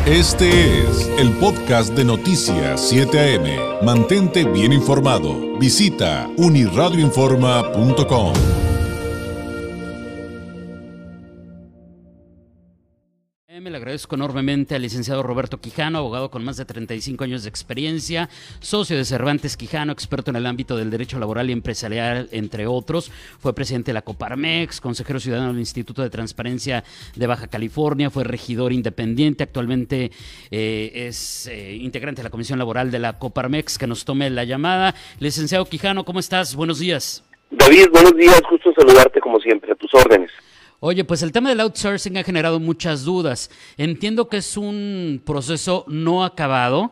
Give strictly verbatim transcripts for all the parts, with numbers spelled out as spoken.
Este es el podcast de Noticias siete A M. Mantente bien informado. Visita uniradioinforma punto com. Le agradezco enormemente al licenciado Roberto Quijano, abogado con más de treinta y cinco años de experiencia, socio de Cervantes Quijano, experto en el ámbito del derecho laboral y empresarial, entre otros. Fue presidente de la Coparmex, consejero ciudadano del Instituto de Transparencia de Baja California, fue regidor independiente, actualmente eh, es eh, integrante de la Comisión Laboral de la Coparmex. Que nos tome la llamada. Licenciado Quijano, ¿cómo estás? Buenos días. David, buenos días, gusto saludarte como siempre, a tus órdenes. Oye, pues el tema del outsourcing ha generado muchas dudas. Entiendo que es un proceso no acabado,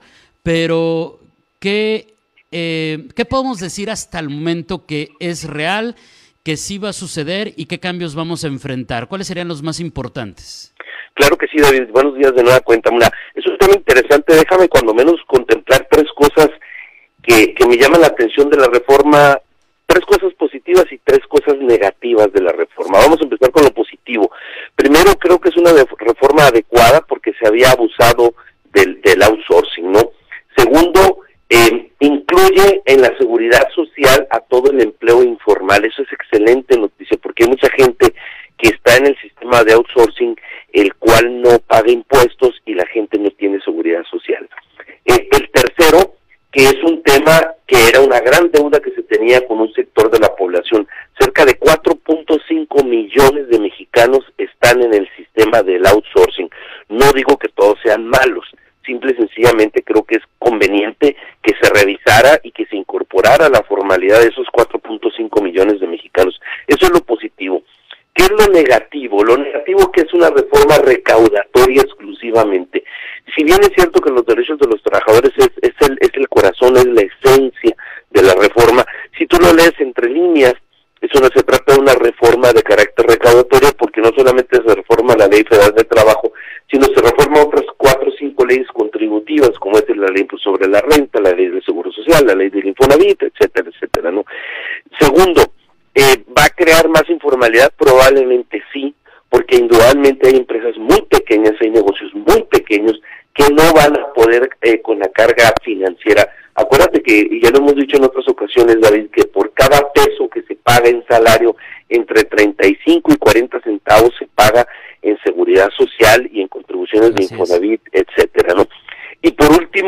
pero ¿qué, eh, ¿qué podemos decir hasta el momento que es real, que sí va a suceder y qué cambios vamos a enfrentar? ¿Cuáles serían los más importantes? Claro que sí, David. Buenos días de nueva cuenta. Mira, es un tema interesante. Déjame cuando menos contemplar tres cosas que, que me llaman la atención de la reforma. Tres cosas positivas y tres cosas negativas de la reforma. Vamos a empezar con lo positivo. Primero, creo que es una reforma adecuada porque se había abusado del, del outsourcing, ¿no? Segundo, eh, incluye en la seguridad social a todo el empleo informal. Eso es excelente noticia porque hay mucha gente que está en el sistema de outsourcing, el cual no paga impuestos y la gente no tiene seguridad social. Eh, el tercero, que es un tema que era una gran deuda que se tenía con un sector de la población. Cerca de cuatro punto cinco millones de mexicanos están en el sistema del outsourcing. No digo que todos sean malos, simple y sencillamente creo que es conveniente que se revisara y que se incorporara a la formalidad de esos cuatro punto cinco millones de mexicanos. Eso es lo positivo. ¿Qué es lo negativo? Lo negativo es que es una reforma recaudatoria exclusivamente. Si bien es cierto que los derechos de los trabajadores es, es, el, es el corazón, es la esencia de la reforma, si tú lo lees entre líneas, eso no se trata de una reforma de carácter recaudatorio porque no solamente se reforma la Ley Federal de Trabajo, sino se reforma otras cuatro o cinco leyes contributivas, como es la Ley sobre la Renta, la Ley del Seguro Social, la Ley del Infonavit, etcétera, etcétera, ¿no? Segundo, Eh, ¿va a crear más informalidad? Probablemente sí, porque indudablemente hay empresas muy pequeñas, hay negocios muy pequeños que no van a poder eh, con la carga financiera. Acuérdate que, y ya lo hemos dicho en otras ocasiones, David, que por cada peso que se paga en salario, entre treinta y cinco y cuarenta centavos se paga en seguridad social y en contribuciones de Infonavit, etcétera, ¿no? Y por último,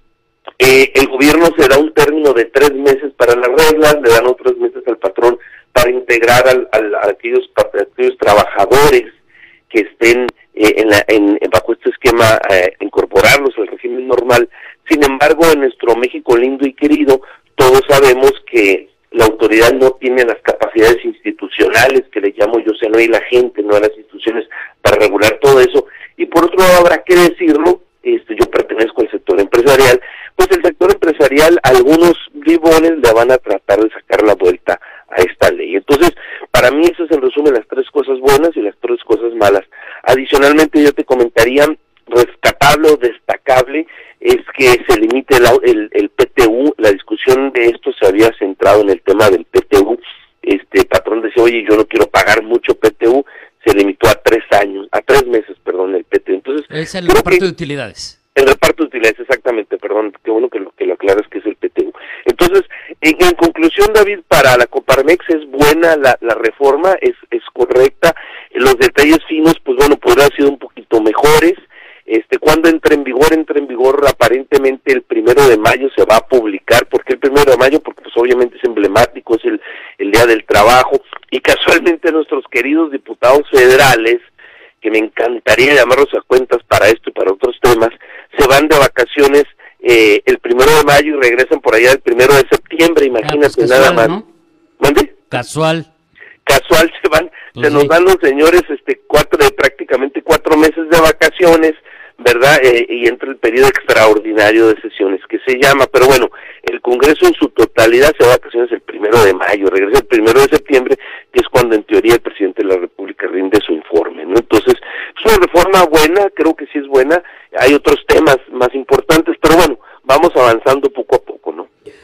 Eh, el gobierno se da un término de tres meses para las reglas, le dan otros meses al patrón para integrar al, al, a, aquellos, a aquellos trabajadores que estén eh, en, la, en, en bajo este esquema, eh, incorporarlos al régimen normal. Sin embargo, en nuestro México lindo y querido, todos sabemos que la autoridad no tiene las capacidades institucionales, que le llamo yo, o sea, no hay la gente, no hay las instituciones para regular todo eso. Y por otro lado, habrá que decirlo, este, yo pertenezco al sector empresarial, pues el sector empresarial, algunos bribones le van a tratar de sacar la vuelta a esta ley. Entonces, para mí eso es en resumen las tres cosas buenas y las tres cosas malas. Adicionalmente, yo te comentaría, rescatable o destacable, es que se limite el, el, el P T U. La discusión de esto se había centrado en el tema del P T U. Este el patrón decía, oye, yo no quiero pagar mucho P T U, se limitó a tres años, a tres meses, perdón, el P T U. Entonces, es el reparto de utilidades. El reparto de utilidades, exactamente, perdón, qué bueno que lo, que lo aclaras que es el P T U. Entonces, en, en conclusión, David, para la Coparmex es buena la, la reforma, es, es correcta, los detalles finos, pues bueno, podrían haber sido un poquito mejores. Este, cuando entre en vigor, entre en vigor aparentemente el primero de mayo se va a publicar. ¿Por qué el primero de mayo? Porque pues obviamente es emblemático, es el, el Día del Trabajo, y casualmente nuestros queridos diputados federales, que me encantaría llamarlos a cuentas para esto y para otros temas, se van de vacaciones eh, el primero de mayo y regresan por allá el primero de septiembre, imagínate, ah, pues casual, nada más. ¿No? ¿Mande? Casual. Casual se van, pues se sí. nos dan los señores este cuatro de prácticamente cuatro meses de vacaciones, ¿verdad? Eh, y entra el periodo extraordinario de sesiones que se llama, pero bueno, el Congreso en su totalidad se va de vacaciones el primero de mayo, regresa el primero de septiembre, que es cuando en teoría el presidente de la República rinde su informe, ¿no? Entonces, es una reforma buena, creo que sí es buena, hay otros temas más importantes, pero bueno, vamos avanzando poco a poco, ¿no?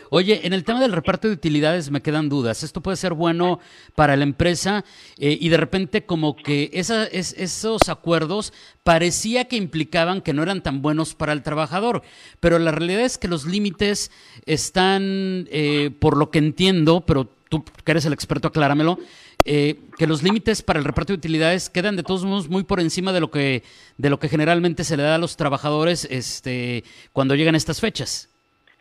Oye, en el tema del reparto de utilidades me quedan dudas. Esto puede ser bueno para la empresa eh, y de repente como que esa, es, esos acuerdos parecía que implicaban que no eran tan buenos para el trabajador, pero la realidad es que los límites están, eh, por lo que entiendo, pero tú que eres el experto, acláramelo, eh, que los límites para el reparto de utilidades quedan de todos modos muy por encima de lo que, de lo que generalmente se le da a los trabajadores este, cuando llegan estas fechas.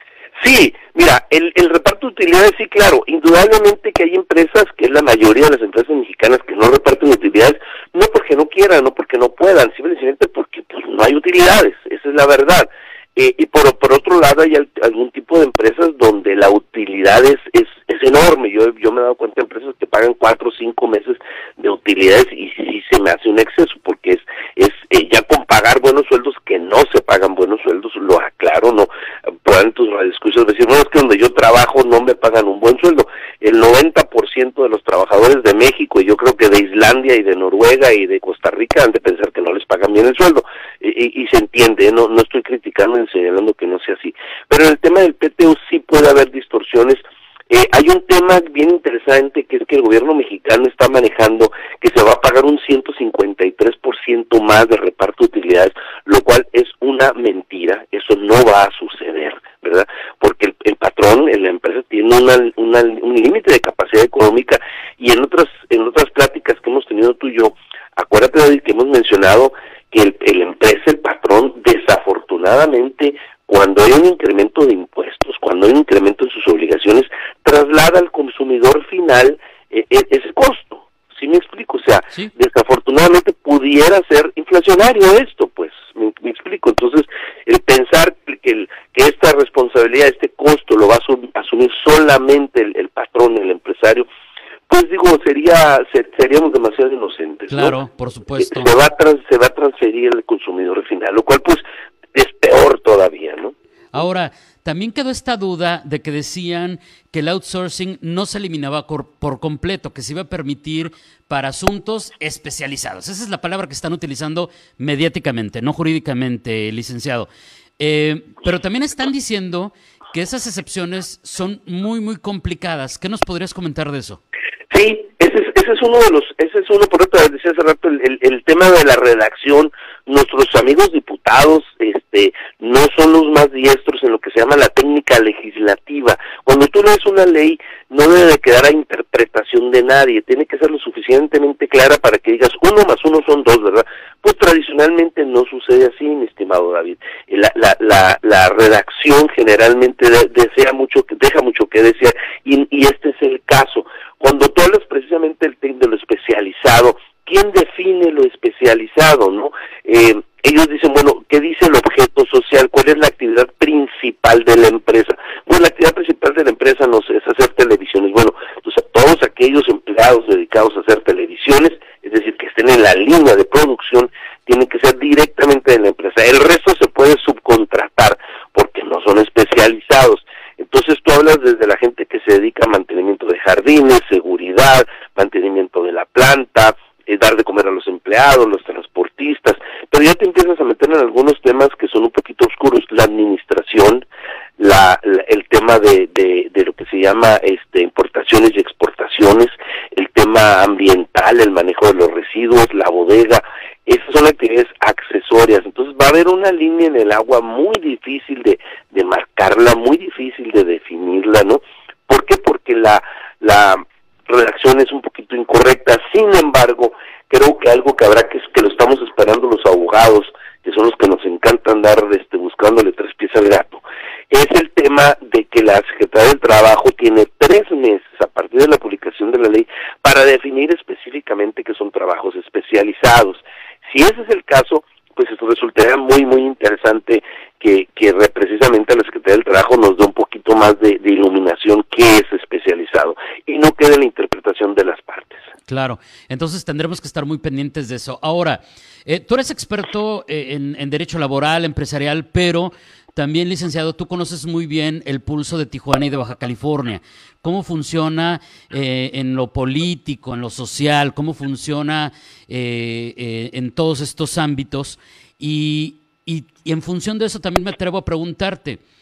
Sí, mira, el, el reparto de utilidades, sí, claro, indudablemente que hay empresas, que es la mayoría de las empresas mexicanas, que no reparten utilidades, no porque no quieran, no porque no puedan, simplemente porque pues, no hay utilidades, esa es la verdad. Eh, y por, por otro lado hay al, algún tipo de empresas donde la utilidad es, es, es enorme. Yo, yo me he dado cuenta de empresas que pagan cuatro o cinco meses de utilidades y sí se me hace un exceso, porque es, es eh, ya con pagar buenos sueldos, que no se pagan buenos sueldos, lo aclaro, no puedan tus radioescuchas decir, bueno, es que donde yo trabajo no me pagan un buen sueldo. El noventa por ciento de los trabajadores de México, y yo creo que de Islandia y de Noruega y de Costa Rica, han de pensar que no les pagan bien el sueldo, y, y, y se entiende, no, no estoy criticando ni señalando que no sea así, pero en el tema del P T U sí puede haber distorsiones. Eh, hay un tema bien interesante, que es que el gobierno mexicano está manejando que se va a pagar un ciento cincuenta y tres por ciento más de reparto de utilidades, lo cual es una mentira, eso no va a suceder, ¿verdad? Porque el, el patrón en la empresa tiene una, una, un límite de capacidad económica, y en otras en otras pláticas que hemos tenido tú y yo, acuérdate, David, que hemos mencionado que el, el empresa, el patrón, desafortunadamente, cuando hay un incremento de impuestos, cuando hay un incremento en sus obligaciones, traslada al consumidor final eh, ese costo. ¿Sí me explico? O sea, ¿sí? Desafortunadamente pudiera ser inflacionario esto, pues, me, me explico. Entonces, el pensar que, el, que esta responsabilidad, este costo, lo va a asum, asumir solamente el, el patrón, el empresario, pues digo, sería ser, seríamos demasiado inocentes. Claro, ¿no? Por supuesto. Se va, a trans, se va a transferir al consumidor final, lo cual, pues, es peor todavía, ¿no? Ahora, también quedó esta duda de que decían que el outsourcing no se eliminaba por, por completo, que se iba a permitir para asuntos especializados. Esa es la palabra que están utilizando mediáticamente, no jurídicamente, licenciado. Eh, pero también están diciendo que esas excepciones son muy, muy complicadas. ¿Qué nos podrías comentar de eso? Sí, ese es, ese es uno de los, ese es uno, por otro, decía hace rato, el, el, el tema de la redacción. Nuestros amigos diputados este, no son los más diestros en lo que se llama la técnica legislativa. Cuando tú lees una ley, no debe de quedar a interpretación de nadie, tiene que ser lo suficientemente clara para que digas uno más uno son dos, ¿verdad? Pues tradicionalmente no sucede así, mi estimado David. La, la, la, la redacción generalmente de, desea mucho, deja mucho que desear, y, y este es el caso. Cuando tú hablas precisamente del de lo especializado, ¿quién define lo especializado, no? Eh, ellos dicen, bueno, ¿qué dice el objeto social? ¿Cuál es la actividad principal de la empresa? Bueno, la actividad principal de la empresa no sé, es hacer televisiones. Bueno, entonces todos aquellos empleados dedicados a hacer televisiones, es decir, que estén en la línea de producción, tienen que ser directamente de la empresa. El resto se puede subcontratar porque no son especializados. Entonces tú hablas desde la gente que se dedica a mantenimiento de jardines, seguridad, mantenimiento de la planta, eh, dar de comer a los empleados, los transportistas, pero ya te empiezas a meter en algunos temas que son un poquito oscuros, la administración, la, la el tema de, de, de lo que se llama este importaciones y exportaciones, el tema ambiental, el manejo de los residuos, la bodega. Esas son actividades accesorias, entonces va a haber una línea en el agua muy difícil de, de marcarla, muy difícil de definirla, ¿no? ¿Por qué? Porque la, la redacción es un poquito incorrecta. Sin embargo, creo que algo que habrá que, que lo estamos esperando los abogados, que son los que nos encanta andar este, buscándole tres pies al gato, es el tema de que la Secretaría del Trabajo tiene tres meses a partir de la publicación de la ley para definir específicamente qué son trabajos especializados. Si ese es el caso, pues esto resultaría muy, muy interesante que, que precisamente la Secretaría del Trabajo nos dé un poquito más de, de iluminación qué es especializado y no quede la interpretación de las partes. Claro, entonces tendremos que estar muy pendientes de eso. Ahora, eh, tú eres experto eh, en, en derecho laboral, empresarial, pero también, licenciado, tú conoces muy bien el pulso de Tijuana y de Baja California. ¿Cómo funciona eh, en lo político, en lo social? ¿Cómo funciona eh, eh, en todos estos ámbitos? Y, y, y en función de eso también me atrevo a preguntarte,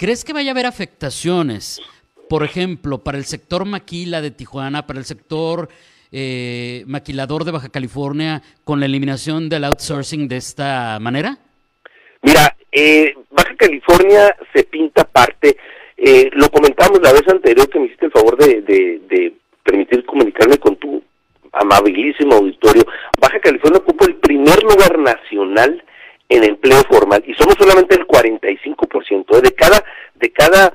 ¿Crees que vaya a haber afectaciones, por ejemplo, para el sector maquila de Tijuana, para el sector eh, maquilador de Baja California, con la eliminación del outsourcing de esta manera? Mira, eh, Baja California se pinta aparte. Eh, lo comentamos la vez anterior que me hiciste el favor de, de, de permitir comunicarme con tu amabilísimo auditorio. Baja California ocupa el primer lugar nacional en empleo formal y somos solamente el cuarenta y cinco por ciento. De cada, de cada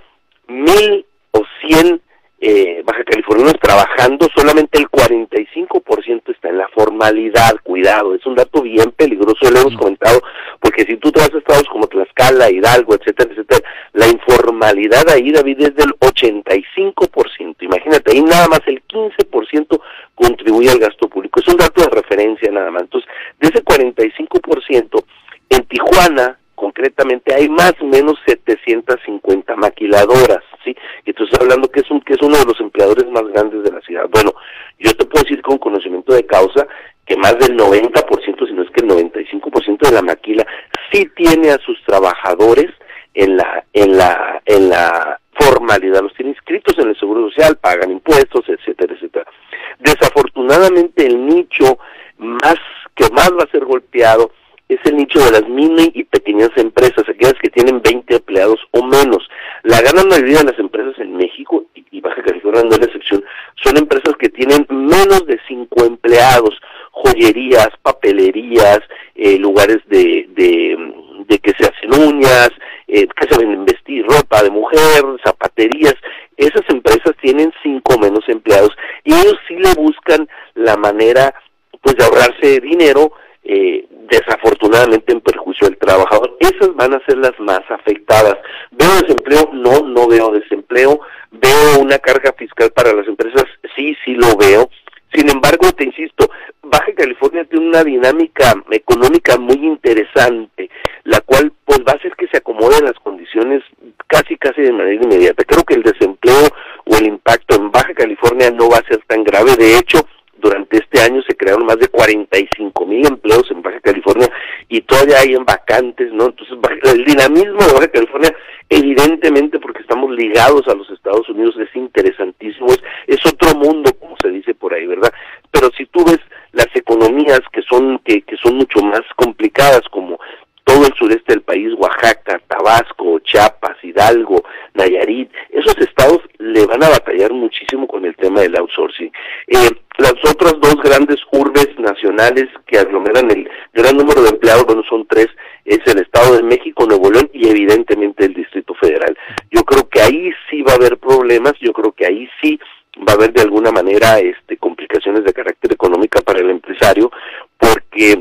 mil o cien eh, baja californianos trabajando, solamente el cuarenta y cinco por ciento está en la formalidad. Cuidado, es un dato bien peligroso, lo hemos comentado, porque si tú te vas a estados como Tlaxcala, Hidalgo, etcétera, etcétera, la informalidad ahí, David, es del ochenta y cinco por ciento. Imagínate, ahí nada más el quince por ciento contribuye al gasto público. Es un dato de referencia nada más. Entonces, de ese cuarenta y cinco por ciento, en Tijuana, concretamente, hay más o menos setecientas cincuenta maquiladoras, ¿sí? Y tú estás hablando que es, un, que es uno de los empleadores más grandes de la ciudad. Bueno, yo te puedo decir con conocimiento de causa que más del noventa por ciento, si no es que el noventa y cinco por ciento de la maquila, sí tiene a sus trabajadores en la, en la, en la formalidad, los tiene inscritos en el Seguro Social, pagan impuestos, etcétera, etcétera. Desafortunadamente, el nicho más que más va a ser golpeado es el nicho de las mini y pequeñas empresas, aquellas que tienen veinte empleados o menos. La gran mayoría de las empresas en México, y, y Baja California no es la excepción, son empresas que tienen menos de cinco empleados, joyerías, papelerías, eh, lugares de, de, de que se hacen uñas, eh, que se venden vestir, ropa de mujer, zapaterías. Esas empresas tienen cinco o menos empleados y ellos sí le buscan la manera pues de ahorrarse dinero, eh, desafortunadamente en perjuicio del trabajador. Esas van a ser las más afectadas. ¿Veo desempleo? No, no veo desempleo. ¿Veo una carga fiscal para las empresas? Sí, sí lo veo. Sin embargo, te insisto, Baja California tiene una dinámica económica muy interesante, la cual pues va a hacer que se acomoden las condiciones casi casi de manera inmediata. Creo que el desempleo o el impacto en Baja California no va a ser tan grave. De hecho, durante este año se crearon más de cuarenta y cinco mil empleos en Baja California y todavía hay en vacantes, ¿no? Entonces, el dinamismo de Baja California, evidentemente, porque estamos ligados a los Estados Unidos, es interesantísimo, es, es otro mundo, como se dice por ahí, ¿verdad? Pero si tú ves las economías que son que, que son mucho más complicadas, como todo el sureste del país, Oaxaca, Tabasco, Chiapas, Hidalgo, Nayarit, esos estados le van a batallar muchísimo con el tema del outsourcing. Eh, las otras dos grandes urbes nacionales que aglomeran el gran número de empleados, bueno, son tres, es el Estado de México, Nuevo León y evidentemente el Distrito Federal. Yo creo que ahí sí va a haber problemas, yo creo que ahí sí va a haber de alguna manera este complicaciones de carácter económica para el empresario, porque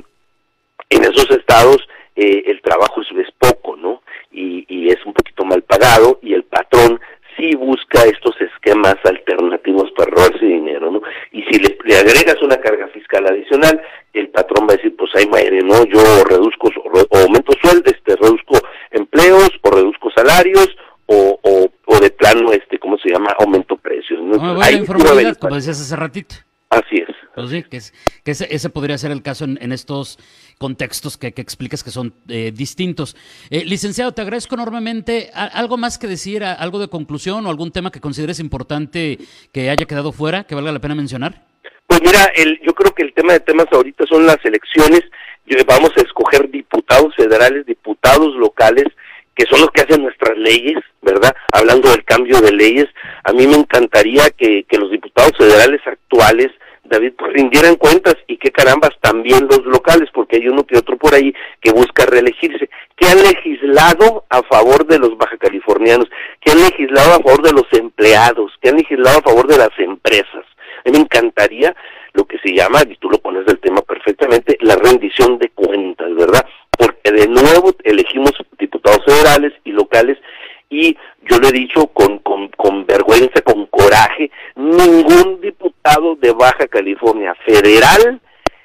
en esos estados eh, el trabajo es, es poco, ¿no? Y, y es un poquito mal pagado y el patrón sí busca estos esquemas alternativos para robarse dinero, ¿no? Y si le, le agregas una carga fiscal adicional, el patrón va a decir, pues ahí muere, ¿no? Yo reduzco, o aumento sueldos, este, reduzco empleos, o reduzco salarios, o, o, o de plano, este, ¿cómo se llama? Aumento precios, ¿no? No, bueno, informalidad, como decías hace ratito. Así es. Pues sí, que, es, que ese, ese podría ser el caso en, en estos contextos que, que explicas que son eh, distintos. Eh, licenciado, te agradezco enormemente. ¿Algo más que decir, algo de conclusión o algún tema que consideres importante que haya quedado fuera, que valga la pena mencionar? Pues mira, el, yo creo que el tema de temas ahorita son las elecciones. Yo, vamos a escoger diputados federales, diputados locales, que son los que hacen nuestras leyes, ¿verdad? Hablando del cambio de leyes, a mí me encantaría que, que los diputados federales actuales, David, pues rindieran cuentas y que carambas también los locales, porque hay uno que otro por ahí que busca reelegirse, que han legislado a favor de los bajacalifornianos, que han legislado a favor de los empleados, que han legislado a favor de las empresas. A mí me encantaría lo que se llama, y tú lo pones del tema perfectamente, la rendición de cuentas, ¿verdad? Porque de nuevo elegimos diputados federales y locales, y yo lo he dicho con, con, con vergüenza, con coraje, ningún diputado de Baja California federal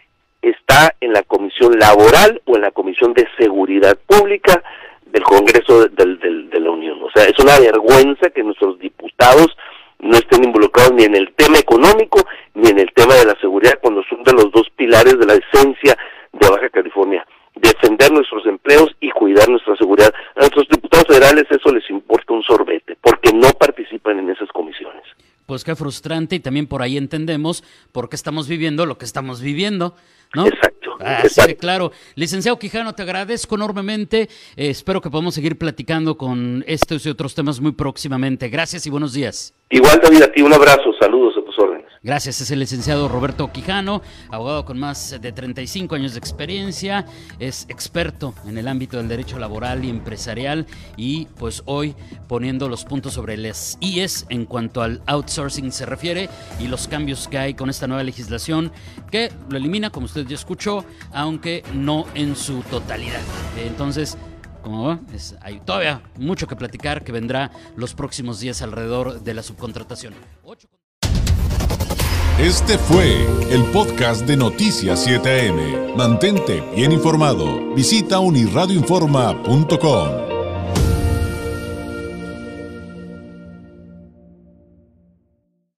está en la Comisión Laboral o en la Comisión de Seguridad Pública del Congreso de, de, de, de la Unión. O sea, es una vergüenza que nuestros diputados no estén involucrados ni en el tema económico ni en el tema de la seguridad, cuando son de los dos pilares de la esencia de Baja California. De defender nuestros empleos y cuidar nuestra seguridad. A nuestros diputados federales eso les importa un sorbete, porque no participan en esas comisiones. Pues qué frustrante, y también por ahí entendemos por qué estamos viviendo lo que estamos viviendo, ¿no? Exacto. Así exacto. de claro. Licenciado Quijano, te agradezco enormemente. Eh, espero que podamos seguir platicando con estos y otros temas muy próximamente. Gracias y buenos días. Igual, David, a ti un abrazo, saludos a tus órdenes. Gracias, es el licenciado Roberto Quijano, abogado con más de treinta y cinco años de experiencia, es experto en el ámbito del derecho laboral y empresarial y pues hoy poniendo los puntos sobre las I Es en cuanto al outsourcing se refiere y los cambios que hay con esta nueva legislación que lo elimina, como usted ya escuchó, aunque no en su totalidad. Entonces, como es, hay todavía mucho que platicar que vendrá los próximos días alrededor de la subcontratación. Ocho... Este fue el podcast de Noticias siete A M. Mantente bien informado. Visita unirradioinforma punto com.